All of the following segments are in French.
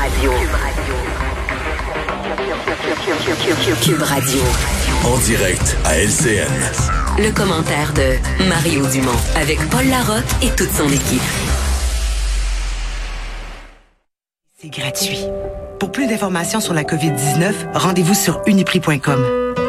Cube Radio. En direct à LCN. Le commentaire de Mario Dumont avec Paul Larocque et toute son équipe. C'est gratuit. Pour plus d'informations sur la COVID-19, rendez-vous sur uniprix.com.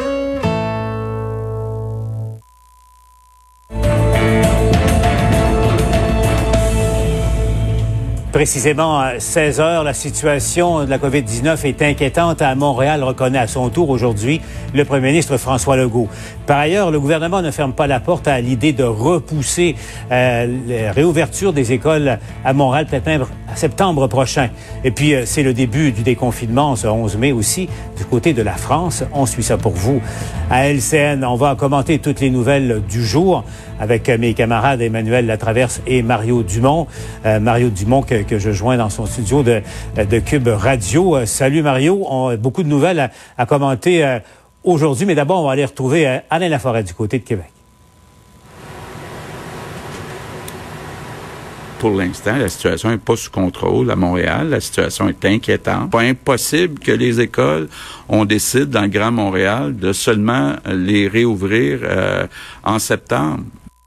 Précisément à 16 heures, la situation de la COVID-19 est inquiétante à Montréal, reconnaît à son tour aujourd'hui le premier ministre François Legault. Par ailleurs, le gouvernement ne ferme pas la porte à l'idée de repousser la réouverture des écoles à Montréal peut-être à septembre prochain. Et puis, c'est le début du déconfinement ce 11 mai aussi du côté de la France. On suit ça pour vous. À LCN, on va commenter toutes les nouvelles du jour avec mes camarades Emmanuel Latraverse et Mario Dumont. Mario Dumont que je joins dans son studio de Cube Radio. Salut Mario, on a beaucoup de nouvelles à commenter aujourd'hui, mais d'abord on va aller retrouver Alain Laforêt du côté de Québec. Pour l'instant, la situation n'est pas sous contrôle à Montréal. La situation est inquiétante. Pas impossible que les écoles, on décide dans le Grand Montréal de seulement les réouvrir en septembre.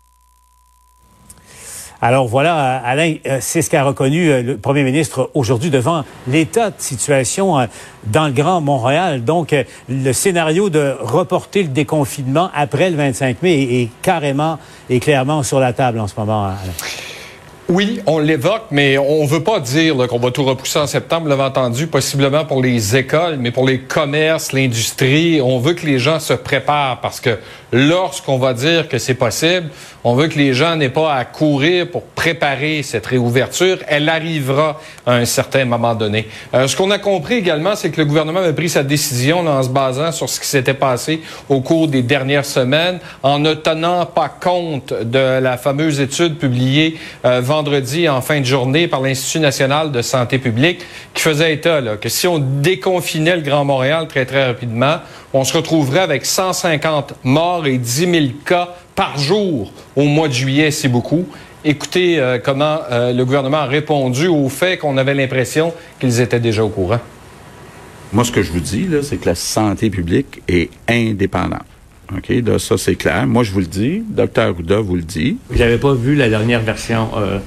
Alors voilà, Alain, c'est ce qu'a reconnu le premier ministre aujourd'hui devant l'état de situation dans le Grand Montréal. Donc, le scénario de reporter le déconfinement après le 25 mai est carrément et clairement sur la table en ce moment, Alain. Oui, on l'évoque, mais on veut pas dire qu'on va tout repousser en septembre, vous l'avez entendu, possiblement pour les écoles, mais pour les commerces, l'industrie, on veut que les gens se préparent parce que lorsqu'on va dire que c'est possible, on veut que les gens n'aient pas à courir pour préparer cette réouverture. Elle arrivera à un certain moment donné. Ce qu'on a compris également, c'est que le gouvernement avait pris sa décision là, en se basant sur ce qui s'était passé au cours des dernières semaines, en ne tenant pas compte de la fameuse étude publiée vendredi en fin de journée par l'Institut national de santé publique qui faisait état là, que si on déconfinait le Grand Montréal très, très rapidement, on se retrouverait avec 150 morts et 10 000 cas par jour au mois de juillet. C'est beaucoup. Écoutez comment le gouvernement a répondu au fait qu'on avait l'impression qu'ils étaient déjà au courant. Moi, ce que je vous dis, là, c'est que la santé publique est indépendante. OK, là, ça, c'est clair. Moi, je vous le dis. Dr. Arruda vous le dit. J'avais pas vu la dernière version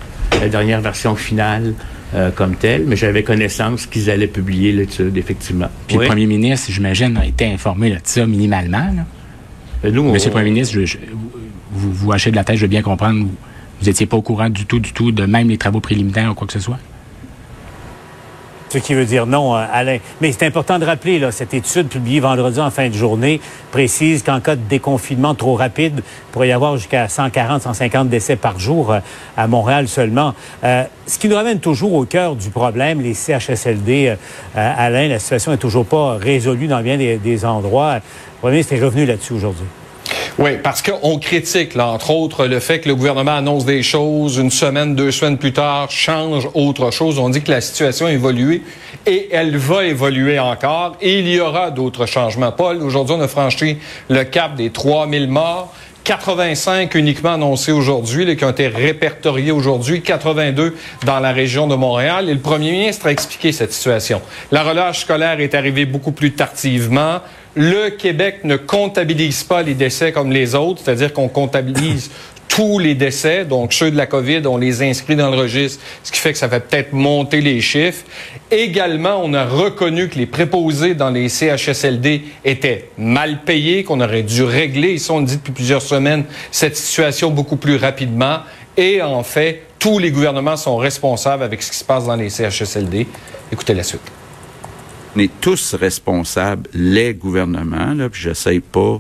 finale comme telle, mais j'avais connaissance qu'ils allaient publier l'étude, effectivement. Puis oui. Le premier ministre, j'imagine, a été informé de ça minimalement, là. Monsieur le premier ministre, vous hachez de la tête, je veux bien comprendre. Vous n'étiez pas au courant du tout, de même les travaux préliminaires ou quoi que ce soit? Ce qui veut dire non, Alain. Mais c'est important de rappeler, là, cette étude publiée vendredi en fin de journée précise qu'en cas de déconfinement trop rapide, il pourrait y avoir jusqu'à 140-150 décès par jour à Montréal seulement. Ce qui nous ramène toujours au cœur du problème, les CHSLD, Alain, la situation n'est toujours pas résolue dans bien des endroits. Le premier ministre est revenu là-dessus aujourd'hui. Oui, parce qu'on critique, là, entre autres, le fait que le gouvernement annonce des choses, une semaine, 2 semaines plus tard, change autre chose. On dit que la situation a évolué et elle va évoluer encore et il y aura d'autres changements. Paul, aujourd'hui, on a franchi le cap des 3000 morts. 85 uniquement annoncés aujourd'hui, là, qui ont été répertoriés aujourd'hui, 82 dans la région de Montréal. Et le premier ministre a expliqué cette situation. La relâche scolaire est arrivée beaucoup plus tardivement. Le Québec ne comptabilise pas les décès comme les autres, c'est-à-dire qu'on comptabilise tous les décès, donc ceux de la COVID, on les inscrit dans le registre, ce qui fait que ça fait peut-être monter les chiffres. Également, on a reconnu que les préposés dans les CHSLD étaient mal payés, qu'on aurait dû régler, ça on le dit depuis plusieurs semaines, cette situation beaucoup plus rapidement. Et en fait, tous les gouvernements sont responsables avec ce qui se passe dans les CHSLD. Écoutez la suite. On est tous responsables, les gouvernements, là, puis j'essaye pas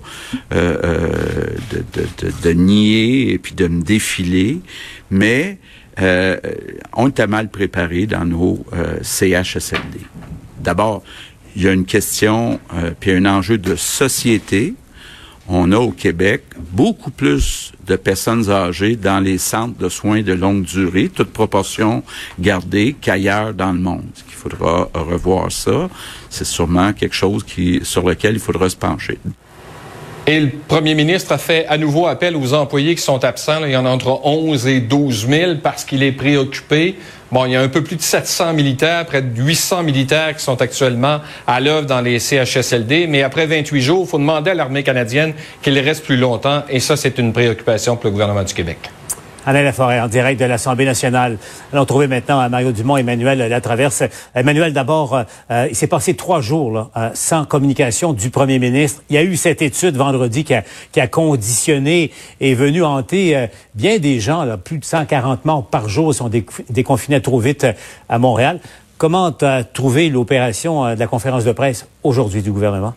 de nier et puis de me défiler, mais on était mal préparés dans nos CHSLD. D'abord, il y a une question, puis un enjeu de société. On a au Québec beaucoup plus de personnes âgées dans les centres de soins de longue durée, toute proportion gardée, qu'ailleurs dans le monde. Il faudra revoir ça. C'est sûrement quelque chose sur lequel il faudra se pencher. Et le premier ministre a fait à nouveau appel aux employés qui sont absents. Là, il y en a entre 11 et 12 000 parce qu'il est préoccupé. Bon, il y a un peu plus de 700 militaires, près de 800 militaires qui sont actuellement à l'œuvre dans les CHSLD. Mais après 28 jours, il faut demander à l'armée canadienne qu'il reste plus longtemps. Et ça, c'est une préoccupation pour le gouvernement du Québec. Alain Laforêt, en direct de l'Assemblée nationale. Allons trouver maintenant à Mario Dumont, Emmanuel Latraverse. Emmanuel, d'abord, il s'est passé 3 jours là, sans communication du premier ministre. Il y a eu cette étude vendredi qui a conditionné et venu hanter bien des gens. Là, plus de 140 morts par jour sont déconfinés trop vite à Montréal. Comment tu as trouvé l'opération de la conférence de presse aujourd'hui du gouvernement?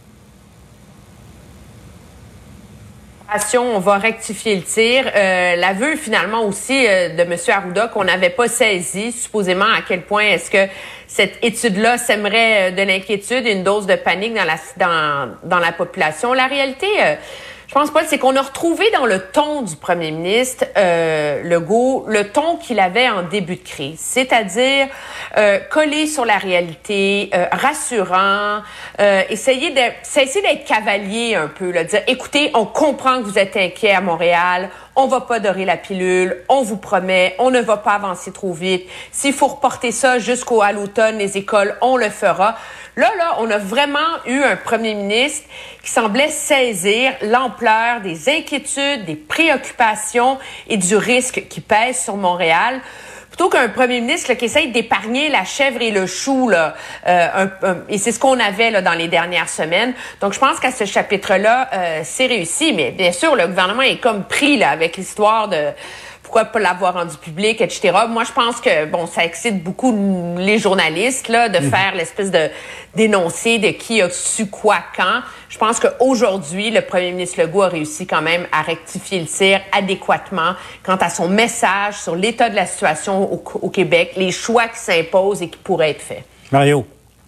On va rectifier le tir. L'aveu finalement aussi de M. Arruda qu'on n'avait pas saisi, supposément à quel point est-ce que cette étude-là sèmerait de l'inquiétude et une dose de panique dans la population. La réalité, je pense pas, c'est qu'on a retrouvé dans le ton du premier ministre Legault le ton qu'il avait en début de crise, c'est-à-dire collé sur la réalité, rassurant, essayer d'être cavalier un peu, là, dire écoutez, on comprend que vous êtes inquiets à Montréal, on va pas dorer la pilule, on vous promet, on ne va pas avancer trop vite. S'il faut reporter ça à l'automne, les écoles, on le fera. Là, on a vraiment eu un premier ministre qui semblait saisir l'ampleur des inquiétudes, des préoccupations et du risque qui pèse sur Montréal. Plutôt qu'un premier ministre là, qui essaye d'épargner la chèvre et le chou, là, et c'est ce qu'on avait là, dans les dernières semaines. Donc, je pense qu'à ce chapitre-là, c'est réussi. Mais bien sûr, le gouvernement est comme pris là, avec l'histoire de pourquoi pas l'avoir rendu public, etc. Moi, je pense que bon, ça excite beaucoup les journalistes là, de faire l'espèce de d'énoncé de qui a su quoi quand. Je pense qu'aujourd'hui, le premier ministre Legault a réussi quand même à rectifier le tir adéquatement quant à son message sur l'état de la situation au Québec, les choix qui s'imposent et qui pourraient être faits. Mario.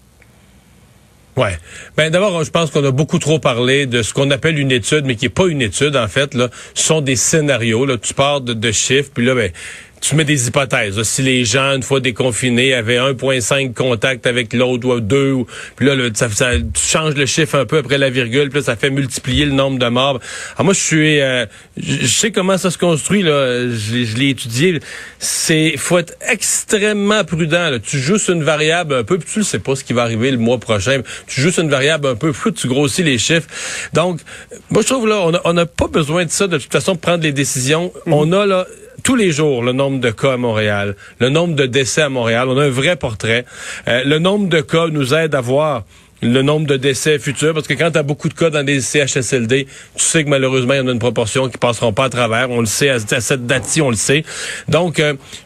Ouais. Ben d'abord, je pense qu'on a beaucoup trop parlé de ce qu'on appelle une étude, mais qui est pas une étude en fait. Là, ce sont des scénarios. Là, tu pars de chiffres, puis là, ben tu mets des hypothèses. Là. Si les gens, une fois déconfinés, avaient 1,5 contacts avec l'autre ou 2, puis là, tu changes le chiffre un peu après la virgule, puis là, ça fait multiplier le nombre de morts. Alors moi, je sais comment ça se construit, là. Je l'ai étudié. Faut être extrêmement prudent, là. Tu joues sur une variable un peu, puis tu ne sais pas ce qui va arriver le mois prochain. Tu joues sur une variable un peu, tu grossis les chiffres. Donc, moi, je trouve, là, on n'a pas besoin de ça, de toute façon, pour prendre les décisions. On a, là, tous les jours, le nombre de cas à Montréal, le nombre de décès à Montréal, on a un vrai portrait. Le nombre de cas nous aide à voir le nombre de décès futurs, parce que quand tu as beaucoup de cas dans des CHSLD, tu sais que malheureusement, il y en a une proportion qui passeront pas à travers. On le sait, à cette date-ci, on le sait. Donc,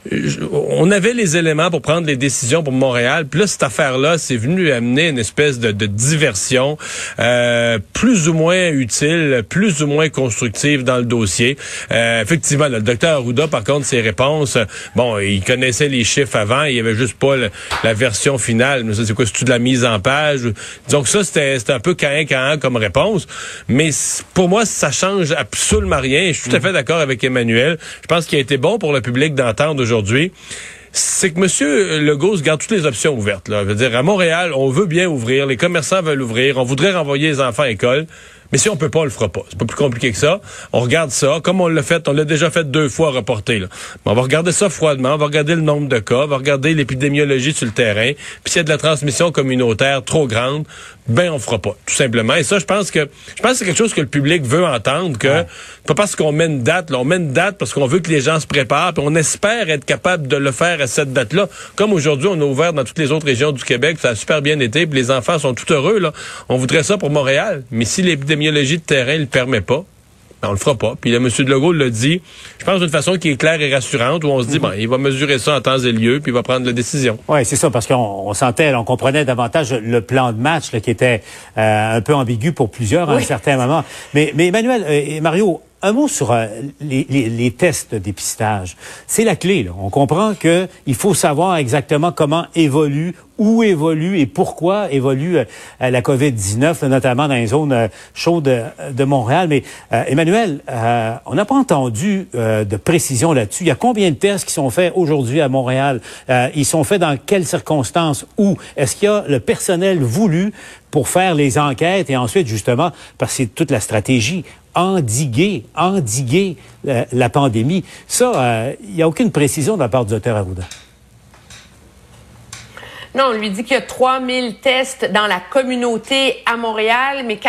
on avait les éléments pour prendre les décisions pour Montréal. Puis là, cette affaire-là, c'est venu amener une espèce de diversion plus ou moins utile, plus ou moins constructive dans le dossier. Effectivement, le docteur Arruda, par contre, ses réponses, bon, il connaissait les chiffres avant, il y avait juste pas la version finale. Mais ça, c'est quoi, c'est-tu de la mise en page? Donc ça, c'était un peu caïn comme réponse. Mais pour moi, ça change absolument rien. Je suis tout à fait d'accord avec Emmanuel. Je pense qu'il a été bon pour le public d'entendre aujourd'hui. C'est que M. Legault se garde toutes les options ouvertes. Là. Je veux dire, à Montréal, on veut bien ouvrir, les commerçants veulent ouvrir, on voudrait renvoyer les enfants à l'école. Mais si on peut pas, on le fera pas. C'est pas plus compliqué que ça. On regarde ça. Comme on l'a déjà fait 2 fois reporter, là. Mais on va regarder ça froidement. On va regarder le nombre de cas. On va regarder l'épidémiologie sur le terrain. Puis s'il y a de la transmission communautaire trop grande, ben, on fera pas. Tout simplement. Et ça, je pense que c'est quelque chose que le public veut entendre, que, pas parce qu'on met une date, là. On met une date parce qu'on veut que les gens se préparent, puis on espère être capable de le faire à cette date-là. Comme aujourd'hui, on a ouvert dans toutes les autres régions du Québec. Ça a super bien été, puis les enfants sont tout heureux, là. On voudrait ça pour Montréal. Mais si l'épidémiologie de terrain ne le permet pas, ben on le fera pas. Puis là, M. Legault l'a dit, je pense d'une façon qui est claire et rassurante, où on se dit, bon, il va mesurer ça en temps et lieu, puis il va prendre la décision. Oui, c'est ça, parce qu'on sentait, on comprenait davantage le plan de match là, qui était un peu ambigu pour plusieurs à un certain moment. Mais Emmanuel et Mario, un mot sur les tests de dépistage. C'est la clé, là. On comprend que il faut savoir exactement comment évolue, où évolue et pourquoi évolue la COVID-19, notamment dans les zones chaudes de Montréal. Mais Emmanuel, on n'a pas entendu de précision là-dessus. Il y a combien de tests qui sont faits aujourd'hui à Montréal? Ils sont faits dans quelles circonstances? Où? Est-ce qu'il y a le personnel voulu pour faire les enquêtes et ensuite, justement, parce que c'est toute la stratégie, endiguer la pandémie? Ça, il n'y a aucune précision de la part du docteur Arruda. Non, on lui dit qu'il y a 3000 tests dans la communauté à Montréal, mais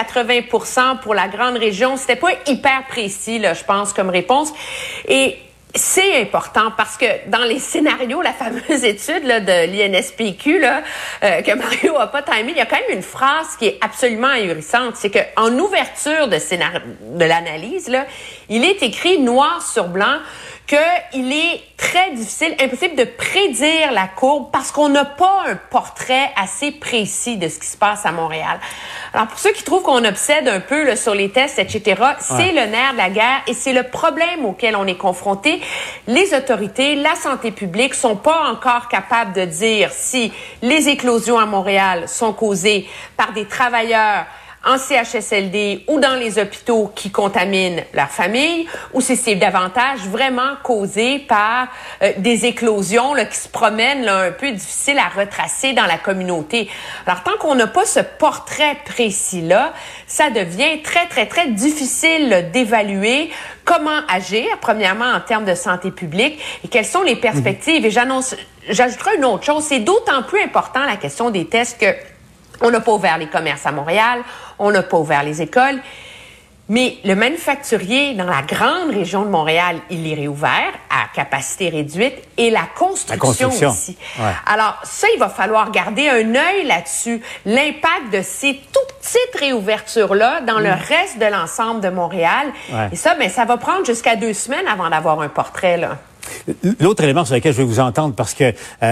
80% pour la grande région. C'était pas hyper précis, là, je pense, comme réponse. Et c'est important parce que dans les scénarios, la fameuse étude là, de l'INSPQ là, que Mario a pas timé, il y a quand même une phrase qui est absolument ahurissante. C'est qu'en ouverture de l'analyse, là, il est écrit noir sur blanc qu'il est très difficile, impossible de prédire la courbe parce qu'on n'a pas un portrait assez précis de ce qui se passe à Montréal. Alors, pour ceux qui trouvent qu'on obsède un peu là, sur les tests, etc., c'est le nerf de la guerre et c'est le problème auquel on est confronté. Les autorités, la santé publique sont pas encore capables de dire si les éclosions à Montréal sont causées par des travailleurs en CHSLD ou dans les hôpitaux qui contaminent leur famille, ou si c'est davantage vraiment causé par des éclosions là, qui se promènent là, un peu difficiles à retracer dans la communauté. Alors, tant qu'on n'a pas ce portrait précis-là, ça devient très, très, très difficile là, d'évaluer comment agir, premièrement en termes de santé publique, et quelles sont les perspectives. Et j'ajouterai une autre chose, c'est d'autant plus important la question des tests que on n'a pas ouvert les commerces à Montréal, on n'a pas ouvert les écoles, mais le manufacturier dans la grande région de Montréal, il est réouvert à capacité réduite et la construction aussi. Ouais. Alors ça, il va falloir garder un œil là-dessus, l'impact de ces tout petites réouvertures-là dans le reste de l'ensemble de Montréal. Ouais. Et ça, ben, ça va prendre jusqu'à 2 semaines avant d'avoir un portrait, là. L'autre élément sur lequel je vais vous entendre, parce que,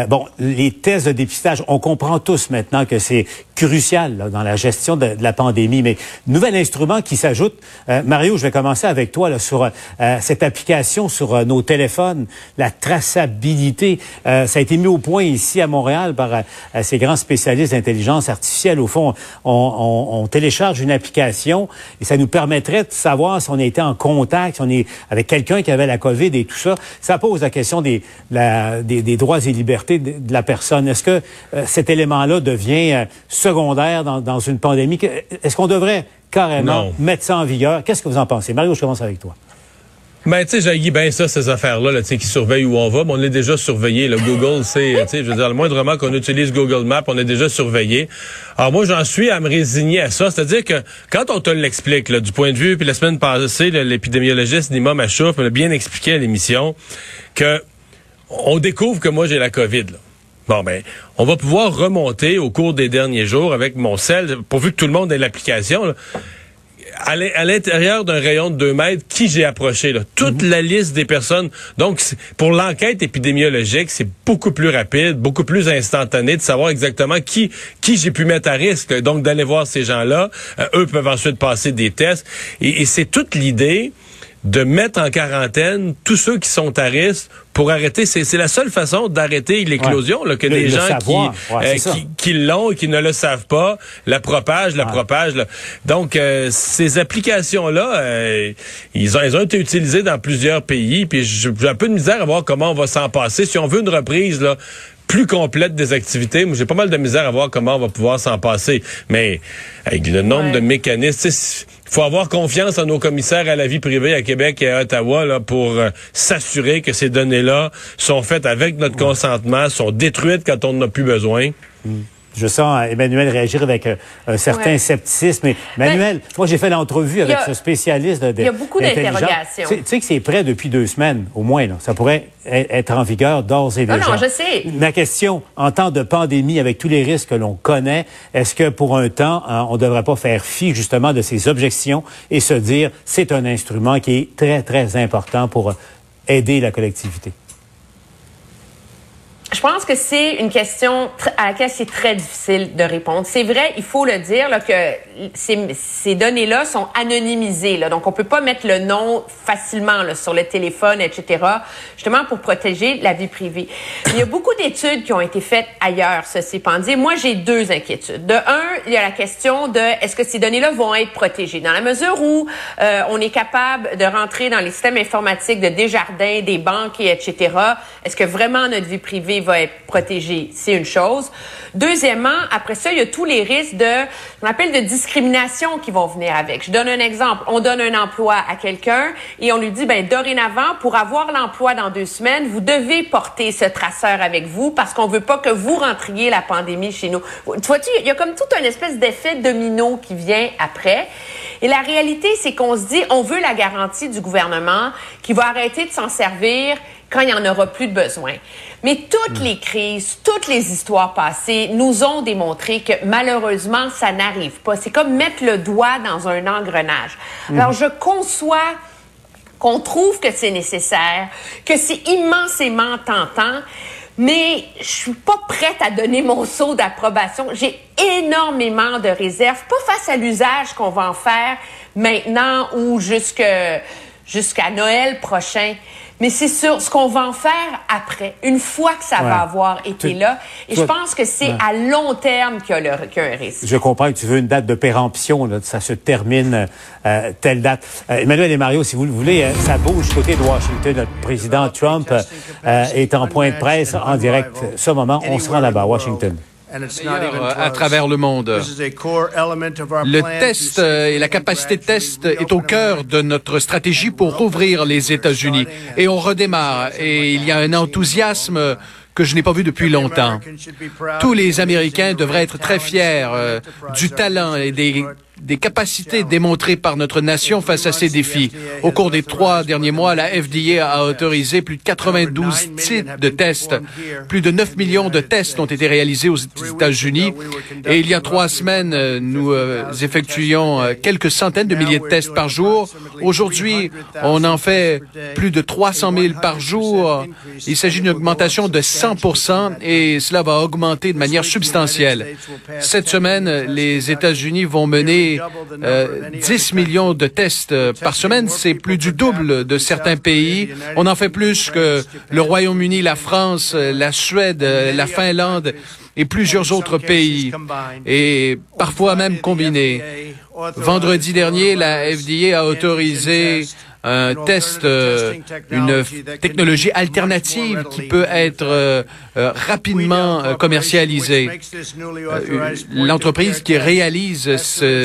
les tests de dépistage, on comprend tous maintenant que c'est crucial là, dans la gestion de la pandémie, mais nouvel instrument qui s'ajoute. Mario, je vais commencer avec toi là, sur cette application sur nos téléphones, la traçabilité. Ça a été mis au point ici à Montréal par ces grands spécialistes d'intelligence artificielle. Au fond, on télécharge une application et ça nous permettrait de savoir si on a été en contact, si on est avec quelqu'un qui avait la COVID et tout ça. Ça pose la question des droits et libertés de la personne. Est-ce que cet élément-là devient secondaire dans une pandémie? Est-ce qu'on devrait carrément mettre ça en vigueur? Qu'est-ce que vous en pensez? Mario, je commence avec toi. Ben, tu sais, j'haïs bien ça, ces affaires-là, là, tu sais, qui surveillent où on va. Mais on est déjà surveillé. Le Google, c'est, tu sais, je veux dire, le moindrement qu'on utilise Google Maps, on est déjà surveillé. Alors, moi, j'en suis à me résigner à ça. C'est-à-dire que, quand on te l'explique, là, du point de vue, puis la semaine passée, l'épidémiologiste Nima Machouf me l'a bien expliqué à l'émission, que on découvre que moi, j'ai la COVID, là. Bon, ben, on va pouvoir remonter au cours des derniers jours avec mon cell, pourvu que tout le monde ait l'application, là, à l'intérieur d'un rayon de 2 mètres, qui j'ai approché, là. Toute la liste des personnes. Donc, pour l'enquête épidémiologique, c'est beaucoup plus rapide, beaucoup plus instantané de savoir exactement qui j'ai pu mettre à risque. Donc, d'aller voir ces gens-là. Eux peuvent ensuite passer des tests. Et c'est toute l'idée de mettre en quarantaine tous ceux qui sont à risque pour arrêter. C'est la seule façon d'arrêter l'éclosion, là, que des gens qui l'ont et qui ne le savent pas la propagent. Là. Donc, ces applications-là, ils ont été utilisées dans plusieurs pays, puis j'ai un peu de misère à voir comment on va s'en passer. Si on veut une reprise, là, plus complète des activités, moi, j'ai pas mal de misère à voir comment on va pouvoir s'en passer. Mais avec le nombre de mécanismes, il faut avoir confiance en nos commissaires à la vie privée à Québec et à Ottawa là, pour s'assurer que ces données-là sont faites avec notre consentement, sont détruites quand on n'en a plus besoin. Je sens Emmanuel réagir avec un certain scepticisme. Mais Emmanuel, moi, j'ai fait l'entrevue avec ce spécialiste de il y a beaucoup d'interrogations. Tu sais que c'est prêt depuis 2 semaines, au moins. Là. Ça pourrait être en vigueur d'ores et déjà. Non, je sais. Ma question, en temps de pandémie, avec tous les risques que l'on connaît, est-ce que pour un temps, on ne devrait pas faire fi justement de ces objections et se dire c'est un instrument qui est très, très important pour aider la collectivité? Je pense que c'est une question à laquelle c'est très difficile de répondre. C'est vrai, il faut le dire, là, que ces données-là sont anonymisées. Là, donc, on peut pas mettre le nom facilement là, sur le téléphone, etc., justement pour protéger la vie privée. Mais il y a beaucoup d'études qui ont été faites ailleurs, ceci étant dit. Moi, j'ai deux inquiétudes. De un, il y a la question de est-ce que ces données-là vont être protégées? Dans la mesure où on est capable de rentrer dans les systèmes informatiques de Desjardins, des banques, etc., est-ce que vraiment notre vie privée va être protégée? C'est une chose. Deuxièmement, après ça, il y a tous les risques qu'on appelle de discrimination qui vont venir avec. Je donne un exemple. On donne un emploi à quelqu'un et on lui dit, dorénavant, pour avoir l'emploi dans 2 semaines, vous devez porter ce traceur avec vous parce qu'on veut pas que vous rentriez la pandémie chez nous. Tu vois-tu, il y a comme tout un espèce d'effet domino qui vient après. Et la réalité, c'est qu'on se dit, on veut la garantie du gouvernement qui va arrêter de s'en servir quand il n'y en aura plus de besoin. Mais toutes les crises, toutes les histoires passées nous ont démontré que malheureusement, ça n'arrive pas. C'est comme mettre le doigt dans un engrenage. Alors, je conçois qu'on trouve que c'est nécessaire, que c'est immensément tentant, mais je suis pas prête à donner mon sceau d'approbation. J'ai énormément de réserves, pas face à l'usage qu'on va en faire maintenant ou jusqu'à Noël prochain, mais c'est sur ce qu'on va en faire après, une fois que ça va avoir été là. Et je pense que c'est à long terme qu'il y a un risque. Je comprends que tu veux une date de péremption, là, ça se termine telle date. Emmanuel et Mario, si vous le voulez, ça bouge côté de Washington. Notre président Trump est en point de presse en direct ce moment. On se rend là-bas, à Washington. À travers le monde. Le test et la capacité de test est au cœur de notre stratégie pour rouvrir les États-Unis. Et on redémarre. Et il y a un enthousiasme que je n'ai pas vu depuis longtemps. Tous les Américains devraient être très fiers du talent et des capacités démontrées par notre nation face à ces défis. Au cours des 3 derniers mois, la FDA a autorisé plus de 92 types de tests. Plus de 9 millions de tests ont été réalisés aux États-Unis. Et il y a 3 semaines, nous effectuions quelques centaines de milliers de tests par jour. Aujourd'hui, on en fait plus de 300 000 par jour. Il s'agit d'une augmentation de 100% et cela va augmenter de manière substantielle. Cette semaine, les États-Unis vont mener 10 millions de tests par semaine. C'est plus du double de certains pays. On en fait plus que le Royaume-Uni, la France, la Suède, la Finlande et plusieurs autres pays, et parfois même combinés. Vendredi dernier, la FDA a autorisé un test, une technologie alternative qui peut être rapidement commercialisée. L'entreprise qui réalise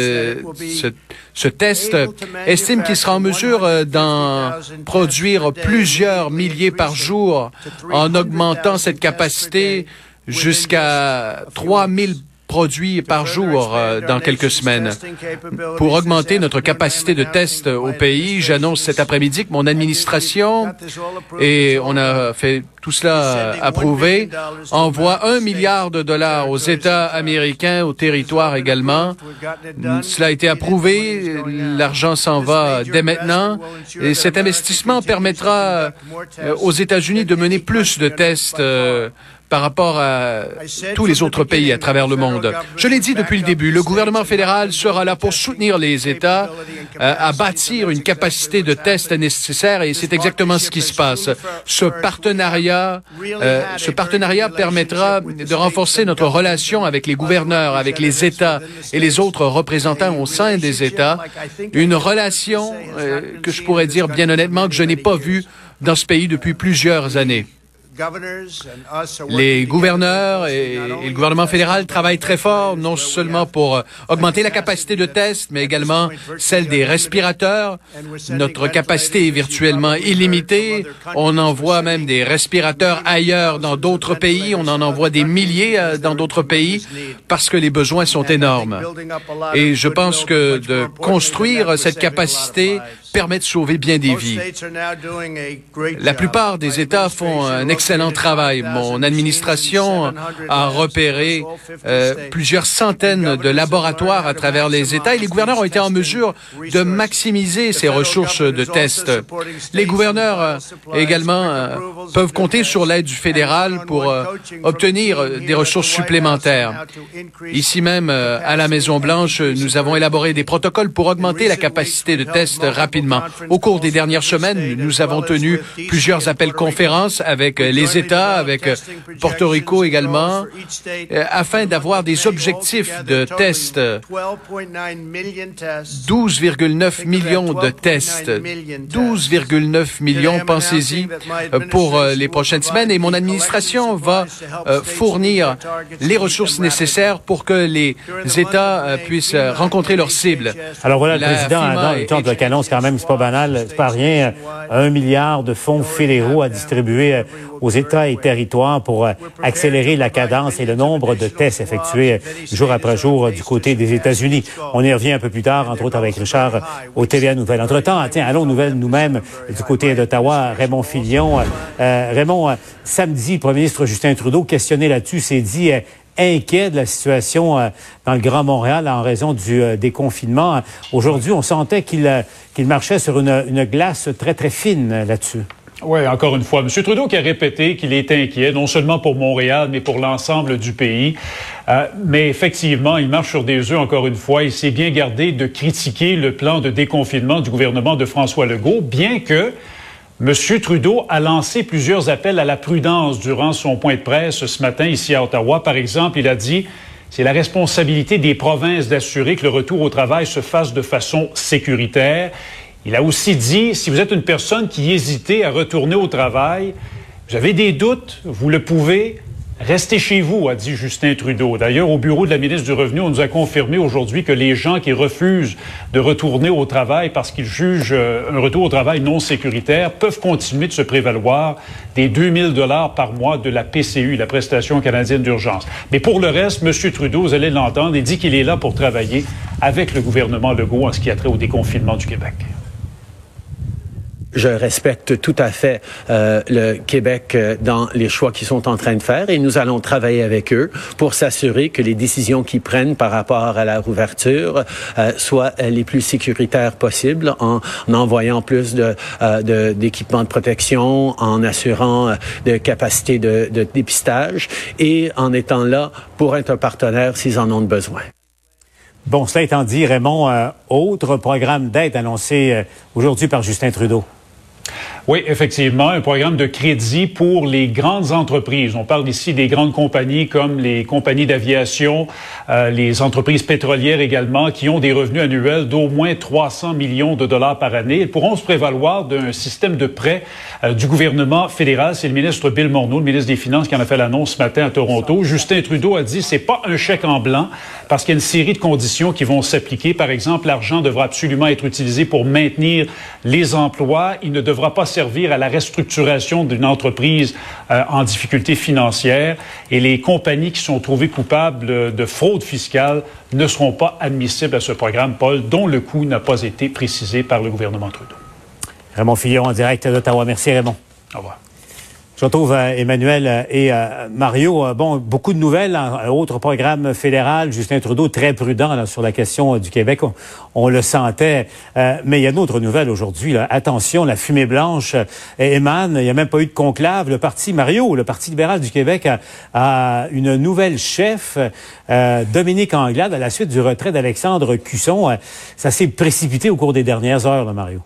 ce test estime qu'il sera en mesure d'en produire plusieurs milliers par jour en augmentant cette capacité jusqu'à 3000 produits par jour dans quelques semaines. Pour augmenter notre capacité de test au pays, j'annonce cet après-midi que mon administration, et on a fait tout cela approuvé, envoie $1 milliard aux États américains, au territoire également. Cela a été approuvé, l'argent s'en va dès maintenant, et cet investissement permettra aux États-Unis de mener plus de tests par rapport à tous les autres pays à travers le monde. Je l'ai dit depuis le début, le gouvernement fédéral sera là pour soutenir les États à bâtir une capacité de test nécessaire et c'est exactement ce qui se passe. Ce partenariat permettra de renforcer notre relation avec les gouverneurs, avec les États et les autres représentants au sein des États. Une relation que je pourrais dire bien honnêtement que je n'ai pas vue dans ce pays depuis plusieurs années. Les gouverneurs et le gouvernement fédéral travaillent très fort, non seulement pour augmenter la capacité de test, mais également celle des respirateurs. Notre capacité est virtuellement illimitée. On envoie même des respirateurs ailleurs dans d'autres pays. On en envoie des milliers dans d'autres pays parce que les besoins sont énormes. Et je pense que de construire cette capacité permet de sauver bien des vies. La plupart des États font un excellent travail. Mon administration a repéré plusieurs centaines de laboratoires à travers les États et les gouverneurs ont été en mesure de maximiser ces ressources de tests. Les gouverneurs également peuvent compter sur l'aide du fédéral pour obtenir des ressources supplémentaires. Ici même, à la Maison-Blanche, nous avons élaboré des protocoles pour augmenter la capacité de tests rapidement. Au cours des dernières semaines, nous avons tenu plusieurs appels-conférences avec les États, avec Porto Rico également, afin d'avoir des objectifs de tests. 12,9 millions de tests. 12,9 millions, pensez-y, pour les prochaines semaines. Et mon administration va fournir les ressources nécessaires pour que les États puissent rencontrer leurs cibles. Alors voilà, le président, dans le temps de l'annonce, quand même, c'est pas banal, c'est pas rien, 1 milliard de fonds fédéraux à distribuer aux États et territoires pour accélérer la cadence et le nombre de tests effectués jour après jour du côté des États-Unis. On y revient un peu plus tard, entre autres avec Richard au TVA Nouvelles. Entre-temps, tiens, allons aux nouvelles nous-mêmes du côté d'Ottawa. Raymond Filion. Raymond, samedi, le premier ministre Justin Trudeau, questionné là-dessus, s'est dit inquiet de la situation dans le Grand Montréal en raison du déconfinement. Aujourd'hui, on sentait qu'il marchait sur une glace très, très fine là-dessus. Oui, encore une fois, M. Trudeau qui a répété qu'il est inquiet, non seulement pour Montréal, mais pour l'ensemble du pays. Mais effectivement, il marche sur des œufs, encore une fois. Il s'est bien gardé de critiquer le plan de déconfinement du gouvernement de François Legault, bien que M. Trudeau a lancé plusieurs appels à la prudence durant son point de presse ce matin ici à Ottawa. Par exemple, il a dit « C'est la responsabilité des provinces d'assurer que le retour au travail se fasse de façon sécuritaire. » Il a aussi dit, si vous êtes une personne qui hésitait à retourner au travail, vous avez des doutes, vous le pouvez, restez chez vous, a dit Justin Trudeau. D'ailleurs, au bureau de la ministre du Revenu, on nous a confirmé aujourd'hui que les gens qui refusent de retourner au travail parce qu'ils jugent un retour au travail non sécuritaire peuvent continuer de se prévaloir des 2 000 $ par mois de la PCU, la prestation canadienne d'urgence. Mais pour le reste, M. Trudeau, vous allez l'entendre, il dit qu'il est là pour travailler avec le gouvernement Legault en ce qui a trait au déconfinement du Québec. Je respecte tout à fait le Québec dans les choix qu'ils sont en train de faire et nous allons travailler avec eux pour s'assurer que les décisions qu'ils prennent par rapport à la rouverture soient les plus sécuritaires possibles en envoyant plus d'équipements de protection, en assurant de capacités de dépistage et en étant là pour être un partenaire s'ils en ont besoin. Bon, cela étant dit, Raymond, autre programme d'aide annoncé aujourd'hui par Justin Trudeau. Oui, effectivement, un programme de crédit pour les grandes entreprises. On parle ici des grandes compagnies comme les compagnies d'aviation, les entreprises pétrolières également, qui ont des revenus annuels d'au moins 300 millions de dollars par année. Ils pourront se prévaloir d'un système de prêt du gouvernement fédéral. C'est le ministre Bill Morneau, le ministre des Finances, qui en a fait l'annonce ce matin à Toronto. Justin Trudeau a dit c'est pas un chèque en blanc parce qu'il y a une série de conditions qui vont s'appliquer. Par exemple, l'argent devra absolument être utilisé pour maintenir les emplois. Il ne devra pas servir à la restructuration d'une entreprise en difficulté financière et les compagnies qui sont trouvées coupables de fraude fiscale ne seront pas admissibles à ce programme, Paul, dont le coût n'a pas été précisé par le gouvernement Trudeau. Raymond Filion en direct d'Ottawa. Merci Raymond. Au revoir. Je retrouve Emmanuel et Mario. Bon, beaucoup de nouvelles. Autre programme fédéral, Justin Trudeau très prudent là, sur la question du Québec. On le sentait. Mais il y a une autre nouvelle aujourd'hui. Là. Attention, la fumée blanche émane. Il n'y a même pas eu de conclave. Le Parti libéral du Québec a une nouvelle chef, Dominique Anglade, à la suite du retrait d'Alexandre Cusson. Ça s'est précipité au cours des dernières heures, là, Mario.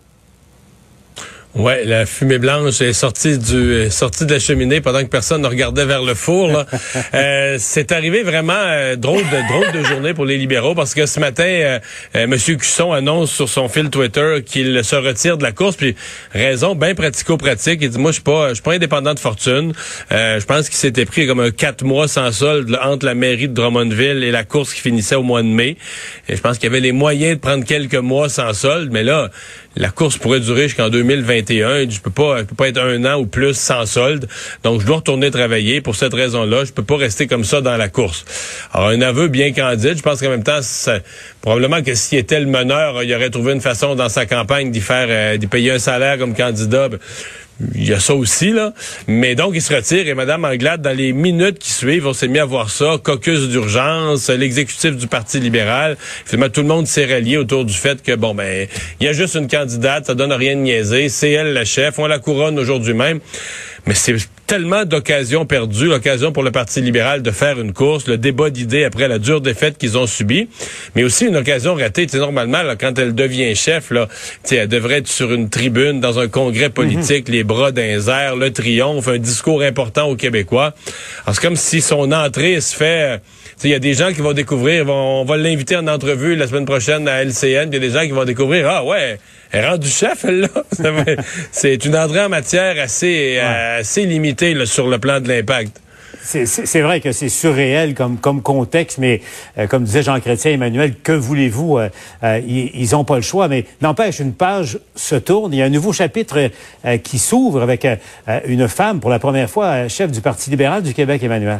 Ouais, la fumée blanche est sortie de la cheminée pendant que personne ne regardait vers le four. Là. C'est arrivé vraiment drôle de journée pour les libéraux parce que ce matin, M. Cusson annonce sur son fil Twitter qu'il se retire de la course. Puis raison bien pratico-pratique. Il dit moi je suis pas indépendant de fortune. Je pense qu'il s'était pris comme un 4 mois sans solde entre la mairie de Drummondville et la course qui finissait au mois de mai. Et je pense qu'il y avait les moyens de prendre quelques mois sans solde, mais là la course pourrait durer jusqu'en 2021. 2021. Je peux pas être 1 an ou plus sans solde. Donc, je dois retourner travailler. Pour cette raison-là, je peux pas rester comme ça dans la course. Alors, un aveu bien candide. Je pense qu'en même temps, probablement que s'il était le meneur, il aurait trouvé une façon dans sa campagne d'y payer un salaire comme candidat. Il y a ça aussi, là. Mais donc, il se retire et Mme Anglade, dans les minutes qui suivent, on s'est mis à voir ça, caucus d'urgence, l'exécutif du Parti libéral. Finalement, tout le monde s'est rallié autour du fait que, il y a juste une candidate, ça donne rien de niaiser, c'est elle la chef, on la couronne aujourd'hui même. Mais c'est tellement d'occasions perdues, l'occasion pour le Parti libéral de faire une course, le débat d'idées après la dure défaite qu'ils ont subie, mais aussi une occasion ratée. Normalement, là, quand elle devient chef, là, elle devrait être sur une tribune dans un congrès politique, les bras dans les airs, le triomphe, un discours important aux Québécois. Alors, c'est comme si son entrée se fait... Il y a des gens qui vont découvrir, on va l'inviter en entrevue la semaine prochaine à LCN, il y a des gens qui vont découvrir, ah ouais, elle est rendue chef, elle, là. C'est une entrée en matière assez limitée là, sur le plan de l'impact. C'est vrai que c'est surréel comme contexte, mais comme disait Jean Chrétien, Emmanuel, que voulez-vous? Ils n'ont pas le choix, mais n'empêche, une page se tourne. Il y a un nouveau chapitre qui s'ouvre avec une femme, pour la première fois, chef du Parti libéral du Québec, Emmanuel.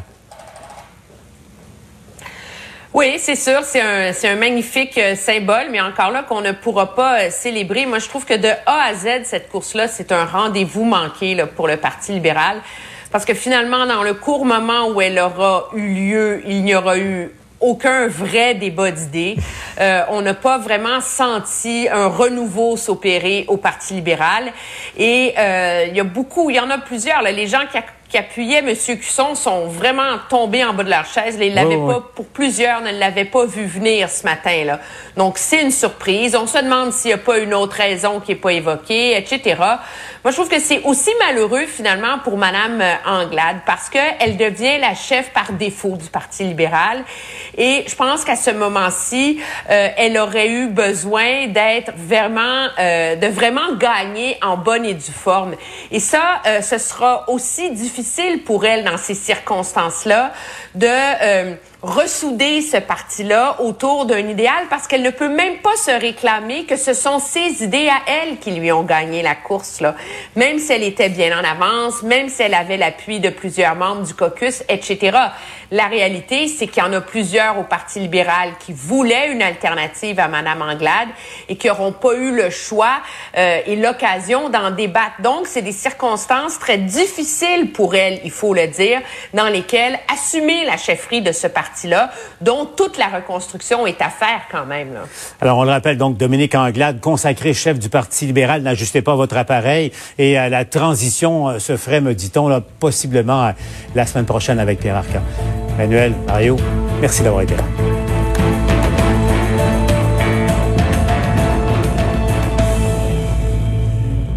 Oui, c'est sûr, c'est un magnifique symbole, mais encore là qu'on ne pourra pas célébrer. Moi, je trouve que de A à Z, cette course-là, c'est un rendez-vous manqué là, pour le Parti libéral. Parce que finalement, dans le court moment où elle aura eu lieu, il n'y aura eu aucun vrai débat d'idées. On n'a pas vraiment senti un renouveau s'opérer au Parti libéral. Et il y en a plusieurs. Là, les gens qui appuyaient M. Cusson sont vraiment tombés en bas de leur chaise. Ils l'avaient pas, pour plusieurs, ne l'avaient pas vu venir ce matin, là. Donc, c'est une surprise. On se demande s'il n'y a pas une autre raison qui n'est pas évoquée, etc. Moi, je trouve que c'est aussi malheureux, finalement, pour Mme Anglade, parce qu'elle devient la chef par défaut du Parti libéral. Et je pense qu'à ce moment-ci, elle aurait eu besoin d'être vraiment, de vraiment gagner en bonne et due forme. Et ça, ce sera aussi difficile pour elle dans ces circonstances-là de ressouder ce parti-là autour d'un idéal parce qu'elle ne peut même pas se réclamer que ce sont ses idées à elle qui lui ont gagné la course, là. Même si elle était bien en avance, même si elle avait l'appui de plusieurs membres du caucus, etc. La réalité, c'est qu'il y en a plusieurs au Parti libéral qui voulaient une alternative à Mme Anglade et qui n'auront pas eu le choix et l'occasion d'en débattre. Donc, c'est des circonstances très difficiles pour elle, il faut le dire, dans lesquelles assumer la chefferie de ce parti-là, dont toute la reconstruction est à faire quand même, là. Alors, on le rappelle, donc, Dominique Anglade, consacrée chef du Parti libéral, n'ajustez pas votre appareil et la transition se ferait, me dit-on, là, possiblement la semaine prochaine avec Pierre Arcan. Emmanuel, Mario, merci d'avoir été là.